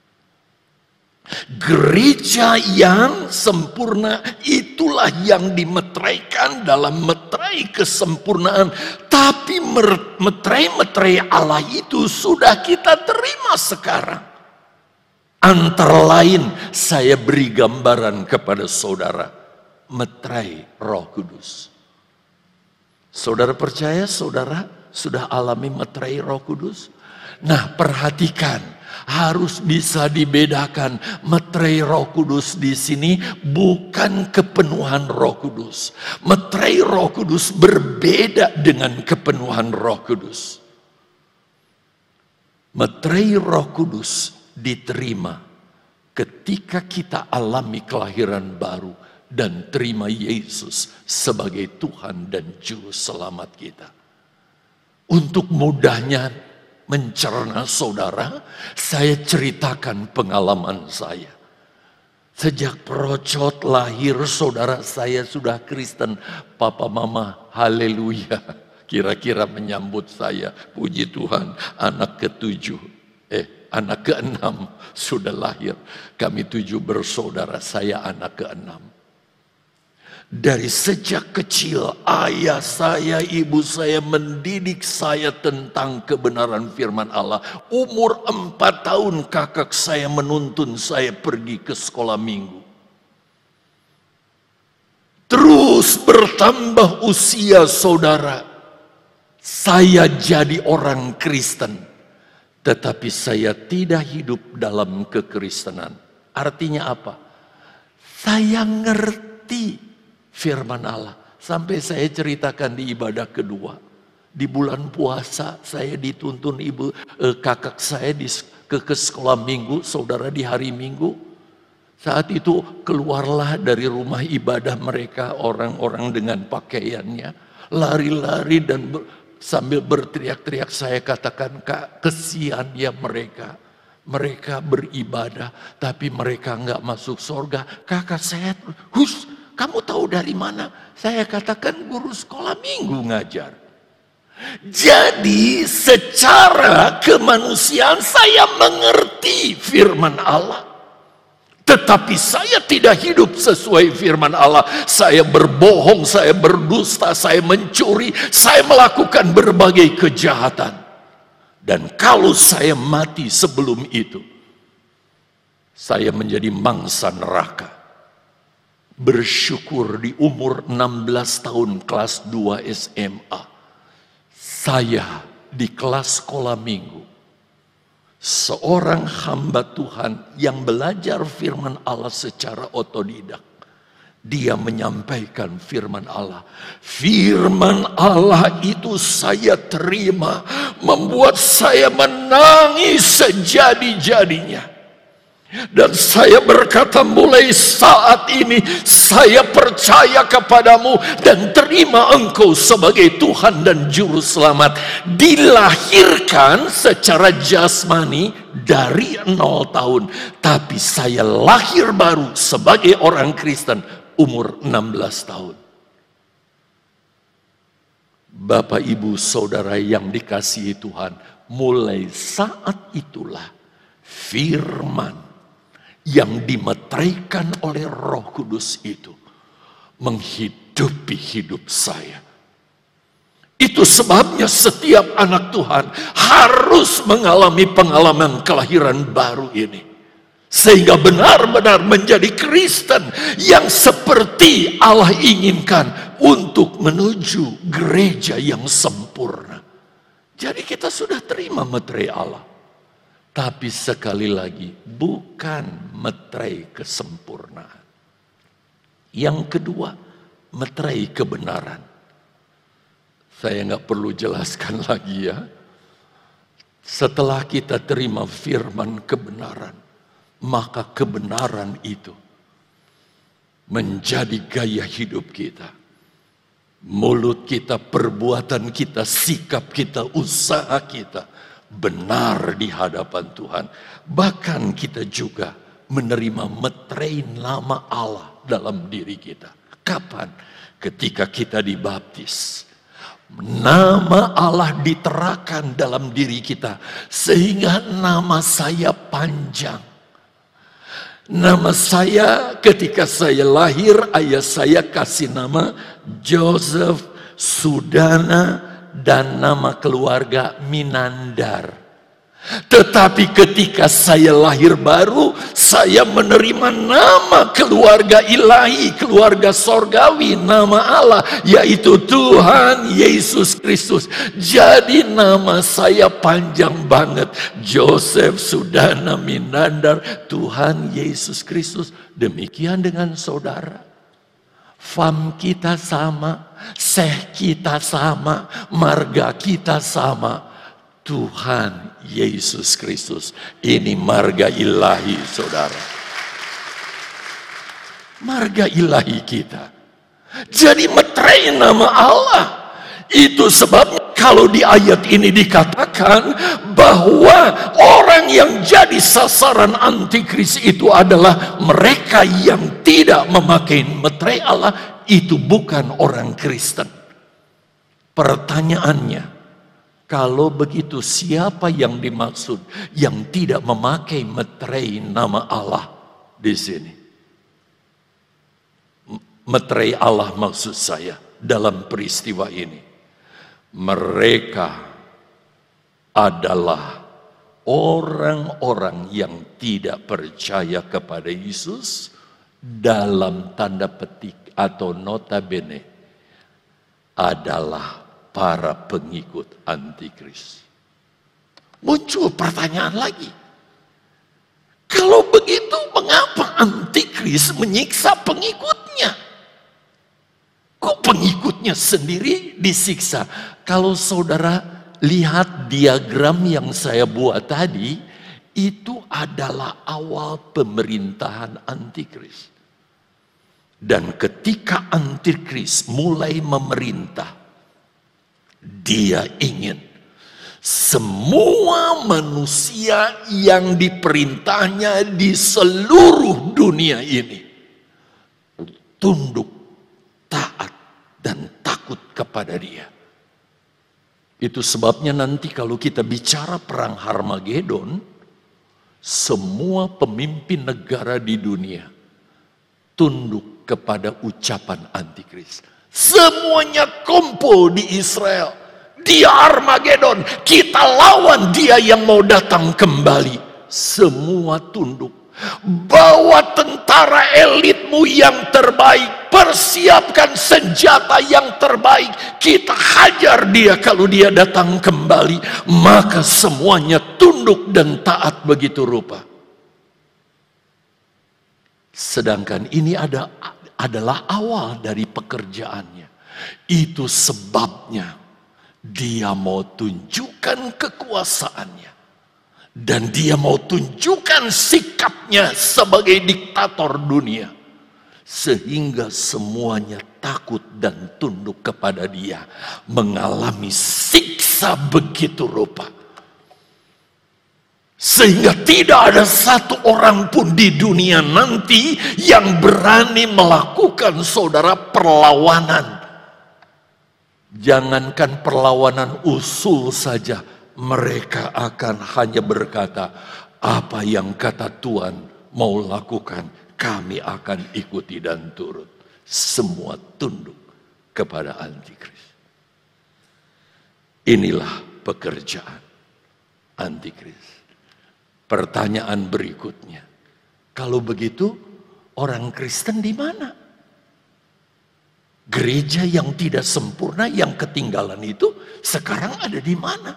Gereja yang sempurna itulah yang dimeteraikan dalam meterai kesempurnaan. Tapi meterai-meterai Allah itu sudah kita terima sekarang. Antara lain saya beri gambaran kepada saudara. Meterai Roh Kudus. Saudara percaya saudara sudah alami meterai Roh Kudus? Nah, perhatikan, harus bisa dibedakan. Meterai Roh Kudus di sini bukan kepenuhan Roh Kudus. Meterai Roh Kudus berbeda dengan kepenuhan Roh Kudus. Meterai Roh Kudus diterima ketika kita alami kelahiran baru dan terima Yesus sebagai Tuhan dan Juru Selamat kita. Untuk mudahnya mencerna saudara, saya ceritakan pengalaman saya. Sejak perocot lahir saudara saya sudah Kristen. Papa mama haleluya. Kira-kira menyambut saya. Puji Tuhan, anak ke-7. Anak ke-6 sudah lahir. Kami 7 bersaudara, saya anak ke-6. Dari sejak kecil ayah saya, ibu saya mendidik saya tentang kebenaran firman Allah. Umur 4 tahun kakak saya menuntun saya pergi ke sekolah minggu. Terus bertambah usia saudara. Saya jadi orang Kristen. Tetapi saya tidak hidup dalam kekristenan. Artinya apa? Saya ngerti firman Allah. Sampai saya ceritakan di ibadah kedua. Di bulan puasa saya dituntun kakak saya ke sekolah minggu. Saudara di hari minggu. Saat itu keluarlah dari rumah ibadah mereka orang-orang dengan pakaiannya. Lari-lari dan sambil berteriak-teriak saya katakan, Kak, kesian ya mereka. Mereka beribadah tapi mereka enggak masuk surga. Kakak saya, kamu tahu dari mana? Saya katakan guru sekolah minggu ngajar. Jadi secara kemanusiaan saya mengerti firman Allah. Tetapi saya tidak hidup sesuai firman Allah. Saya berbohong, saya berdusta, saya mencuri, saya melakukan berbagai kejahatan. Dan kalau saya mati sebelum itu, saya menjadi mangsa neraka. Bersyukur di umur 16 tahun kelas 2 SMA. Saya di kelas sekolah minggu. Seorang hamba Tuhan yang belajar firman Allah secara otodidak. Dia menyampaikan firman Allah. Firman Allah itu saya terima. Membuat saya menangis sejadi-jadinya. Dan saya berkata, mulai saat ini saya percaya kepadamu dan terima engkau sebagai Tuhan dan Juru Selamat. Dilahirkan secara jasmani dari 0 tahun. Tapi saya lahir baru sebagai orang Kristen umur 16 tahun. Bapak, Ibu, Saudara yang dikasihi Tuhan, mulai saat itulah firman yang dimeteraikan oleh Roh Kudus itu menghidupi hidup saya. Itu sebabnya setiap anak Tuhan harus mengalami pengalaman kelahiran baru ini. Sehingga benar-benar menjadi Kristen yang seperti Allah inginkan untuk menuju gereja yang sempurna. Jadi kita sudah terima meterai Allah. Tapi sekali lagi bukan meterai kesempurnaan. Yang kedua, meterai kebenaran. Saya nggak perlu jelaskan lagi ya. Setelah kita terima firman kebenaran, maka kebenaran itu menjadi gaya hidup kita. Mulut kita, perbuatan kita, sikap kita, usaha kita benar di hadapan Tuhan. Bahkan kita juga menerima meterai nama Allah dalam diri kita. Kapan? Ketika kita dibaptis. Nama Allah diterakan dalam diri kita. Sehingga nama saya panjang. Nama saya ketika saya lahir, ayah saya kasih nama Joseph Sudana dan nama keluarga Minandar. Tetapi ketika saya lahir baru, saya menerima nama keluarga ilahi, keluarga sorgawi, nama Allah, yaitu Tuhan Yesus Kristus. Jadi nama saya panjang banget, Joseph Sudana Minandar, Tuhan Yesus Kristus. Demikian dengan saudara. Fam kita sama, seh kita sama, marga kita sama. Tuhan Yesus Kristus. Ini marga ilahi, saudara. Marga ilahi kita. Jadi meterai nama Allah. Itu sebabnya kalau di ayat ini dikatakan bahwa orang yang jadi sasaran antikris itu adalah mereka yang tidak memakai meterai Allah. Itu bukan orang Kristen. Pertanyaannya, kalau begitu siapa yang dimaksud yang tidak memakai meterai nama Allah di sini? Meterai Allah maksud saya dalam peristiwa ini. Mereka adalah orang-orang yang tidak percaya kepada Yesus dalam tanda petik atau notabene adalah para pengikut antikris. Muncul pertanyaan lagi. Kalau begitu mengapa antikris menyiksa pengikutnya? Kok pengikutnya sendiri disiksa? Kalau saudara lihat diagram yang saya buat tadi, itu adalah awal pemerintahan antikris. Dan ketika antikris mulai memerintah, dia ingin semua manusia yang diperintahnya di seluruh dunia ini tunduk, taat, dan takut kepada dia. Itu sebabnya nanti kalau kita bicara perang Harmagedon, semua pemimpin negara di dunia tunduk kepada ucapan antikris. Semuanya kumpul di Israel. Di Armageddon. Kita lawan dia yang mau datang kembali. Semua tunduk. Bawa tentara elitmu yang terbaik. Persiapkan senjata yang terbaik. Kita hajar dia kalau dia datang kembali. Maka semuanya tunduk dan taat begitu rupa. Sedangkan ini adalah awal dari pekerjaannya. Itu sebabnya dia mau tunjukkan kekuasaannya. Dan dia mau tunjukkan sikapnya sebagai diktator dunia. Sehingga semuanya takut dan tunduk kepada dia. Mengalami siksa begitu rupa. Sehingga tidak ada satu orang pun di dunia nanti yang berani melakukan saudara perlawanan. Jangankan perlawanan usul saja, mereka akan hanya berkata, apa yang kata Tuhan mau lakukan, kami akan ikuti dan turut. Semua tunduk kepada antikris. Inilah pekerjaan antikris. Pertanyaan berikutnya, kalau begitu orang Kristen di mana? Gereja yang tidak sempurna, yang ketinggalan itu sekarang ada di mana?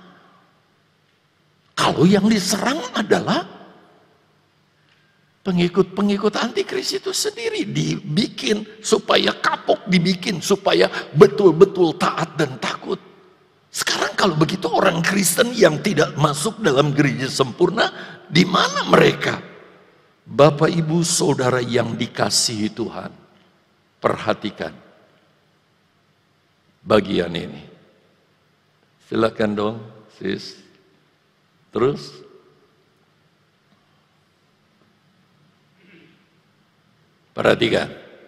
Kalau yang diserang adalah pengikut-pengikut antikris itu sendiri, dibikin supaya kapok, dibikin supaya betul-betul taat dan takut. Sekarang kalau begitu orang Kristen yang tidak masuk dalam gereja sempurna, di mana mereka? Bapak, Ibu, Saudara yang dikasihi Tuhan, perhatikan bagian ini. Silakan dong, sis. Terus. Perhatikan.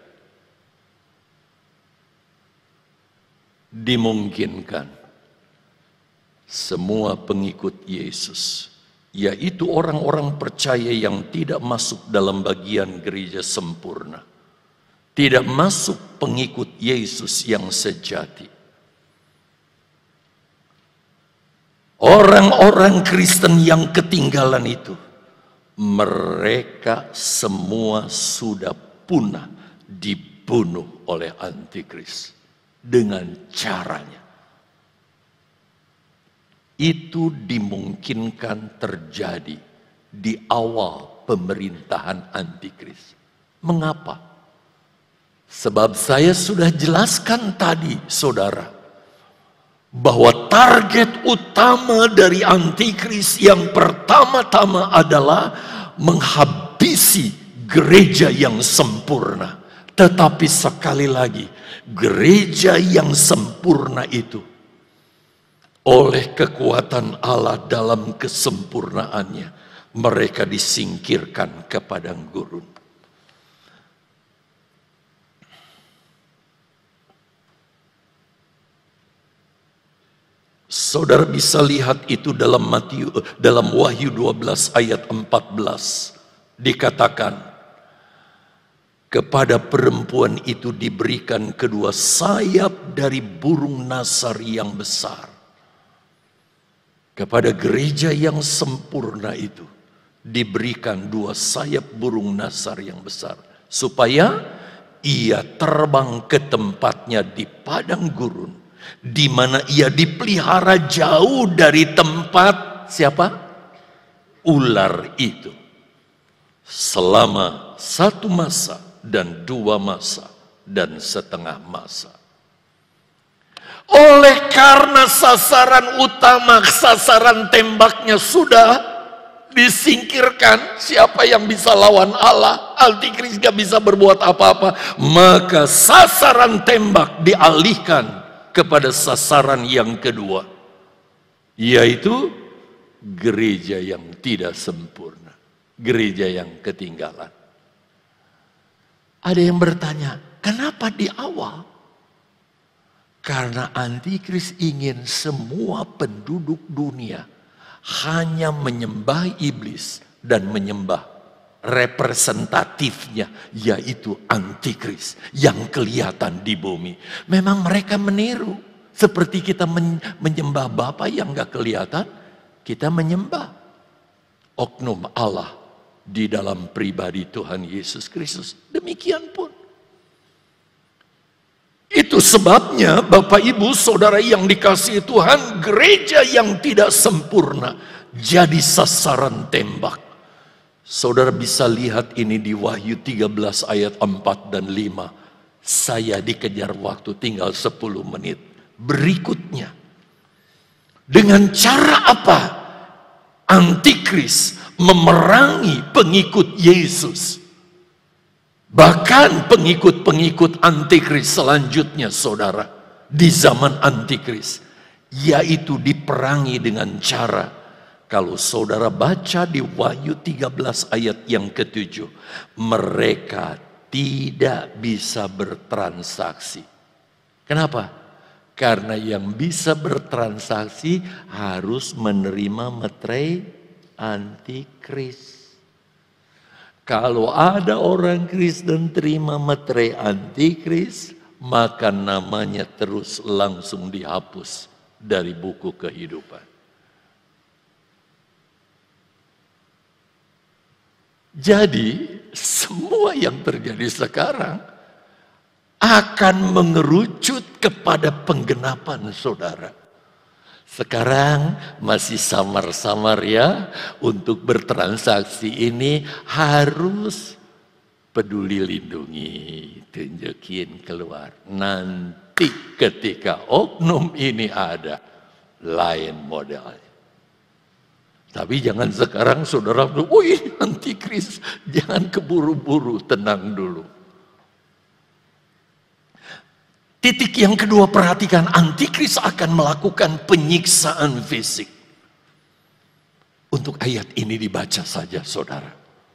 Dimungkinkan semua pengikut Yesus, yaitu orang-orang percaya yang tidak masuk dalam bagian gereja sempurna, tidak masuk pengikut Yesus yang sejati. Orang-orang Kristen yang ketinggalan itu, mereka semua sudah punah, dibunuh oleh antikris dengan caranya. Itu dimungkinkan terjadi di awal pemerintahan antikris. Mengapa? Sebab saya sudah jelaskan tadi, saudara, bahwa target utama dari antikris yang pertama-tama adalah menghabisi gereja yang sempurna. Tetapi sekali lagi, gereja yang sempurna itu oleh kekuatan Allah dalam kesempurnaannya, mereka disingkirkan ke padang gurun. Saudara bisa lihat itu dalam Wahyu 12 ayat 14. Dikatakan, kepada perempuan itu diberikan kedua sayap dari burung nasar yang besar. Kepada gereja yang sempurna itu diberikan dua sayap burung nasar yang besar, supaya ia terbang ke tempatnya di padang gurun, di mana ia dipelihara jauh dari tempat siapa? Ular itu, selama 1 masa dan 2 masa dan setengah masa. Oleh karena sasaran utama, sasaran tembaknya sudah disingkirkan, siapa yang bisa lawan Allah? Antikris gak bisa berbuat apa-apa. Maka sasaran tembak dialihkan kepada sasaran yang kedua, yaitu gereja yang tidak sempurna, gereja yang ketinggalan. Ada yang bertanya, kenapa di awal? Karena antikris ingin semua penduduk dunia hanya menyembah iblis dan menyembah representatifnya, yaitu antikris yang kelihatan di bumi. Memang mereka meniru, seperti kita menyembah Bapa yang gak kelihatan, kita menyembah oknum Allah di dalam pribadi Tuhan Yesus Kristus. Demikian pun. Itu sebabnya Bapak Ibu Saudara yang dikasihi Tuhan, gereja yang tidak sempurna jadi sasaran tembak. Saudara bisa lihat ini di Wahyu 13 ayat 4 dan 5. Saya dikejar waktu tinggal 10 menit. Berikutnya, dengan cara apa antikris memerangi pengikut Yesus? Bahkan pengikut-pengikut antikris selanjutnya, saudara, di zaman antikris, yaitu diperangi dengan cara, kalau saudara baca di Wahyu 13 ayat yang ke-7, mereka tidak bisa bertransaksi. Kenapa? Karena yang bisa bertransaksi harus menerima materai antikris. Kalau ada orang Kristen terima materai antikris, maka namanya terus langsung dihapus dari buku kehidupan. Jadi semua yang terjadi sekarang akan mengerucut kepada penggenapan saudara. Sekarang masih samar-samar ya, untuk bertransaksi ini harus peduli lindungi, tunjukin keluar. Nanti ketika oknum ini ada, lain modelnya. Tapi jangan sekarang saudara, wih antikris, jangan keburu-buru, tenang dulu. Titik yang kedua, perhatikan, antikris akan melakukan penyiksaan fisik. Untuk ayat ini dibaca saja saudara.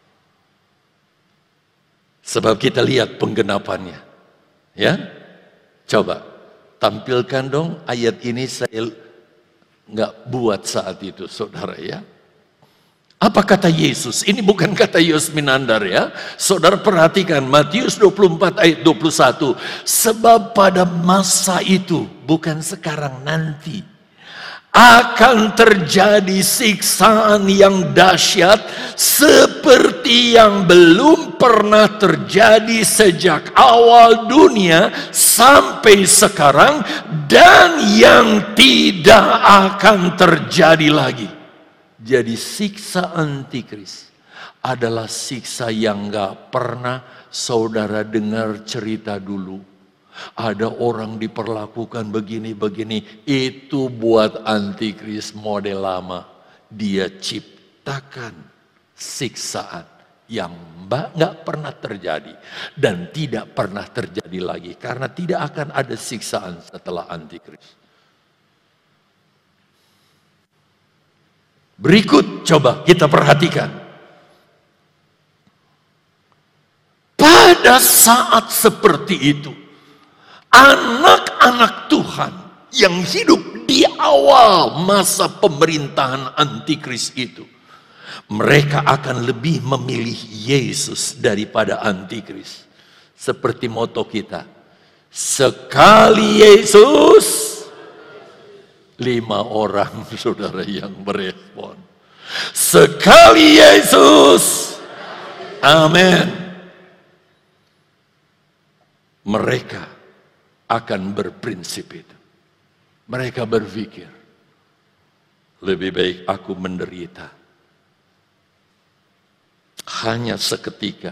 Sebab kita lihat penggenapannya. Ya, coba tampilkan dong ayat ini, saya nggak buat saat itu saudara ya. Apa kata Yesus? Ini bukan kata Yosminandar ya. Saudara perhatikan Matius 24 ayat 21. Sebab pada masa itu, bukan sekarang, nanti akan terjadi siksaan yang dahsyat seperti yang belum pernah terjadi sejak awal dunia sampai sekarang, dan yang tidak akan terjadi lagi. Jadi siksa antikris adalah siksa yang gak pernah saudara dengar cerita dulu. Ada orang diperlakukan begini-begini, itu buat antikris model lama. Dia ciptakan siksaan yang gak pernah terjadi dan tidak pernah terjadi lagi, karena tidak akan ada siksaan setelah antikris. Berikut coba kita perhatikan. Pada saat seperti itu, anak-anak Tuhan yang hidup di awal masa pemerintahan antikris itu, mereka akan lebih memilih Yesus daripada antikris. Seperti moto kita, sekali Yesus, 5 orang saudara yang berespon. Sekali Yesus, amin. Mereka akan berprinsip itu. Mereka berpikir, lebih baik aku menderita hanya seketika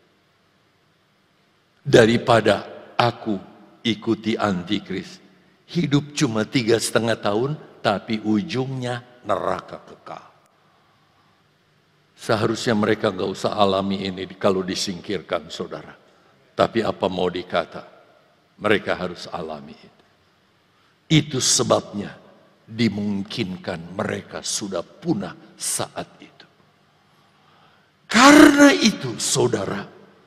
daripada aku ikuti antikris. Hidup cuma 3,5 tahun, tapi ujungnya neraka kekal. Seharusnya mereka gak usah alami ini kalau disingkirkan saudara. Tapi apa mau dikata, mereka harus alami itu. Itu sebabnya dimungkinkan mereka sudah punah saat itu. Karena itu saudara,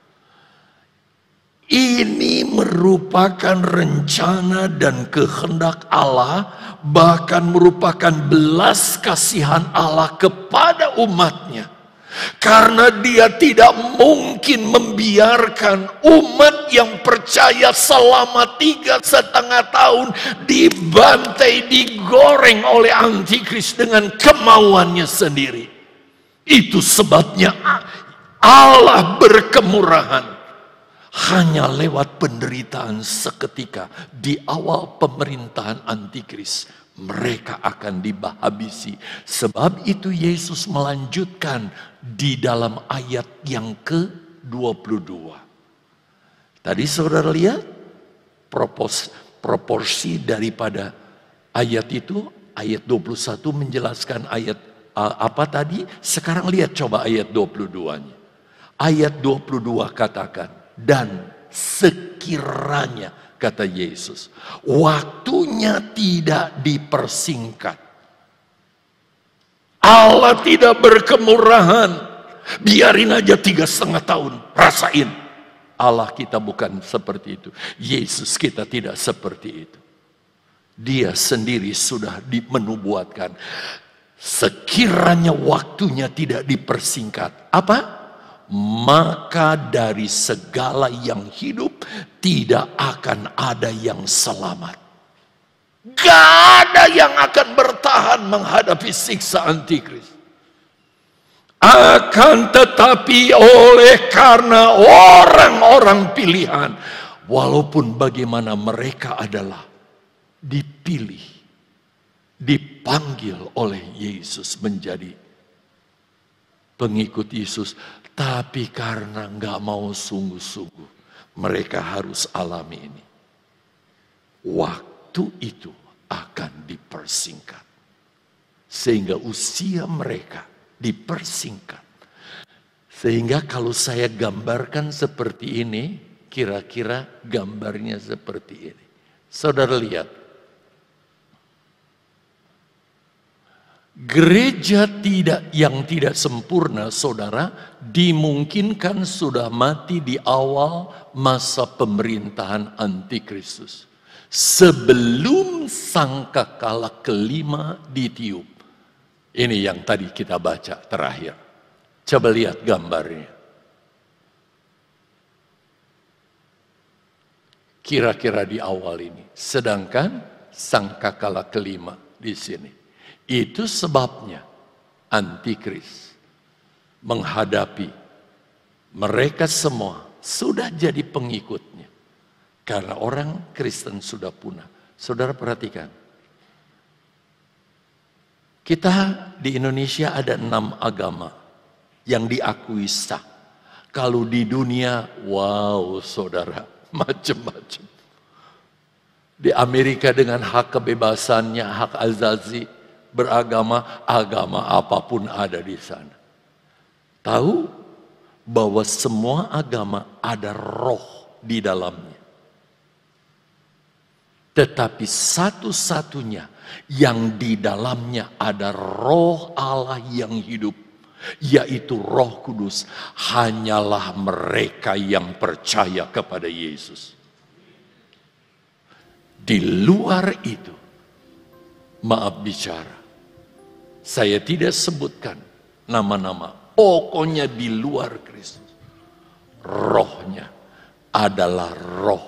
ini merupakan rencana dan kehendak Allah, bahkan merupakan belas kasihan Allah kepada umatnya. Karena dia tidak mungkin membiarkan umat yang percaya selama 3,5 tahun dibantai, digoreng oleh antikris dengan kemauannya sendiri. Itu sebabnya Allah berkemurahan. Hanya lewat penderitaan seketika di awal pemerintahan antikris, mereka akan dihabisi. Sebab itu Yesus melanjutkan di dalam ayat yang ke-22. Tadi saudara lihat proporsi daripada ayat itu. Ayat 21 menjelaskan ayat apa tadi. Sekarang lihat coba ayat 22-nya. Ayat 22 katakan, dan sekiranya, kata Yesus, waktunya tidak dipersingkat. Allah tidak berkemurahan. Biarin aja 3,5 tahun, rasain. Allah kita bukan seperti itu. Yesus kita tidak seperti itu. Dia sendiri sudah menubuatkan. Sekiranya waktunya tidak dipersingkat. Apa? Maka dari segala yang hidup tidak akan ada yang selamat. Gak ada yang akan bertahan menghadapi siksa antikris. Akan tetapi oleh karena orang-orang pilihan, walaupun bagaimana mereka adalah dipilih, dipanggil oleh Yesus menjadi pengikut Yesus, tapi karena nggak mau sungguh-sungguh, mereka harus alami ini. Waktu itu akan dipersingkat, sehingga usia mereka dipersingkat. Sehingga kalau saya gambarkan seperti ini, kira-kira gambarnya seperti ini. Saudara lihat, gereja yang tidak sempurna, saudara, dimungkinkan sudah mati di awal masa pemerintahan antikristus. Sebelum sangkakala kelima ditiup. Ini yang tadi kita baca terakhir. Coba lihat gambarnya. Kira-kira di awal ini. Sedangkan sangkakala kelima di sini. Itu sebabnya antikris menghadapi mereka semua sudah jadi pengikutnya. Karena orang Kristen sudah punah. Saudara perhatikan. Kita di Indonesia ada 6 agama yang diakui sah. Kalau di dunia, wow saudara, macam-macam. Di Amerika dengan hak kebebasannya, hak azazi, beragama, agama apapun ada di sana. Tahu bahwa semua agama ada roh di dalamnya. Tetapi satu-satunya yang di dalamnya ada roh Allah yang hidup, yaitu Roh Kudus, hanyalah mereka yang percaya kepada Yesus. Di luar itu, maaf bicara, saya tidak sebutkan nama-nama, pokoknya di luar Kristus, rohnya adalah roh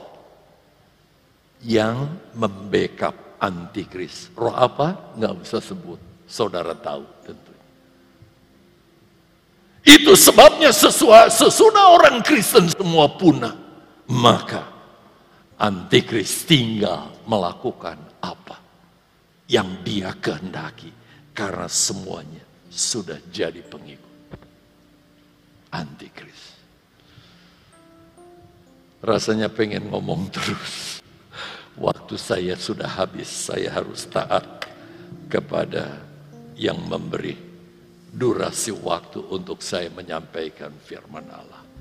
yang membackup antikris. Roh apa? Nggak bisa sebut. Saudara tahu tentunya. Itu sebabnya sesudah orang Kristen semua punah, maka antikris tinggal melakukan apa yang dia kehendaki. Karena semuanya sudah jadi pengikut antikris. Rasanya pengen ngomong terus. Waktu saya sudah habis, saya harus taat kepada yang memberi durasi waktu untuk saya menyampaikan firman Allah.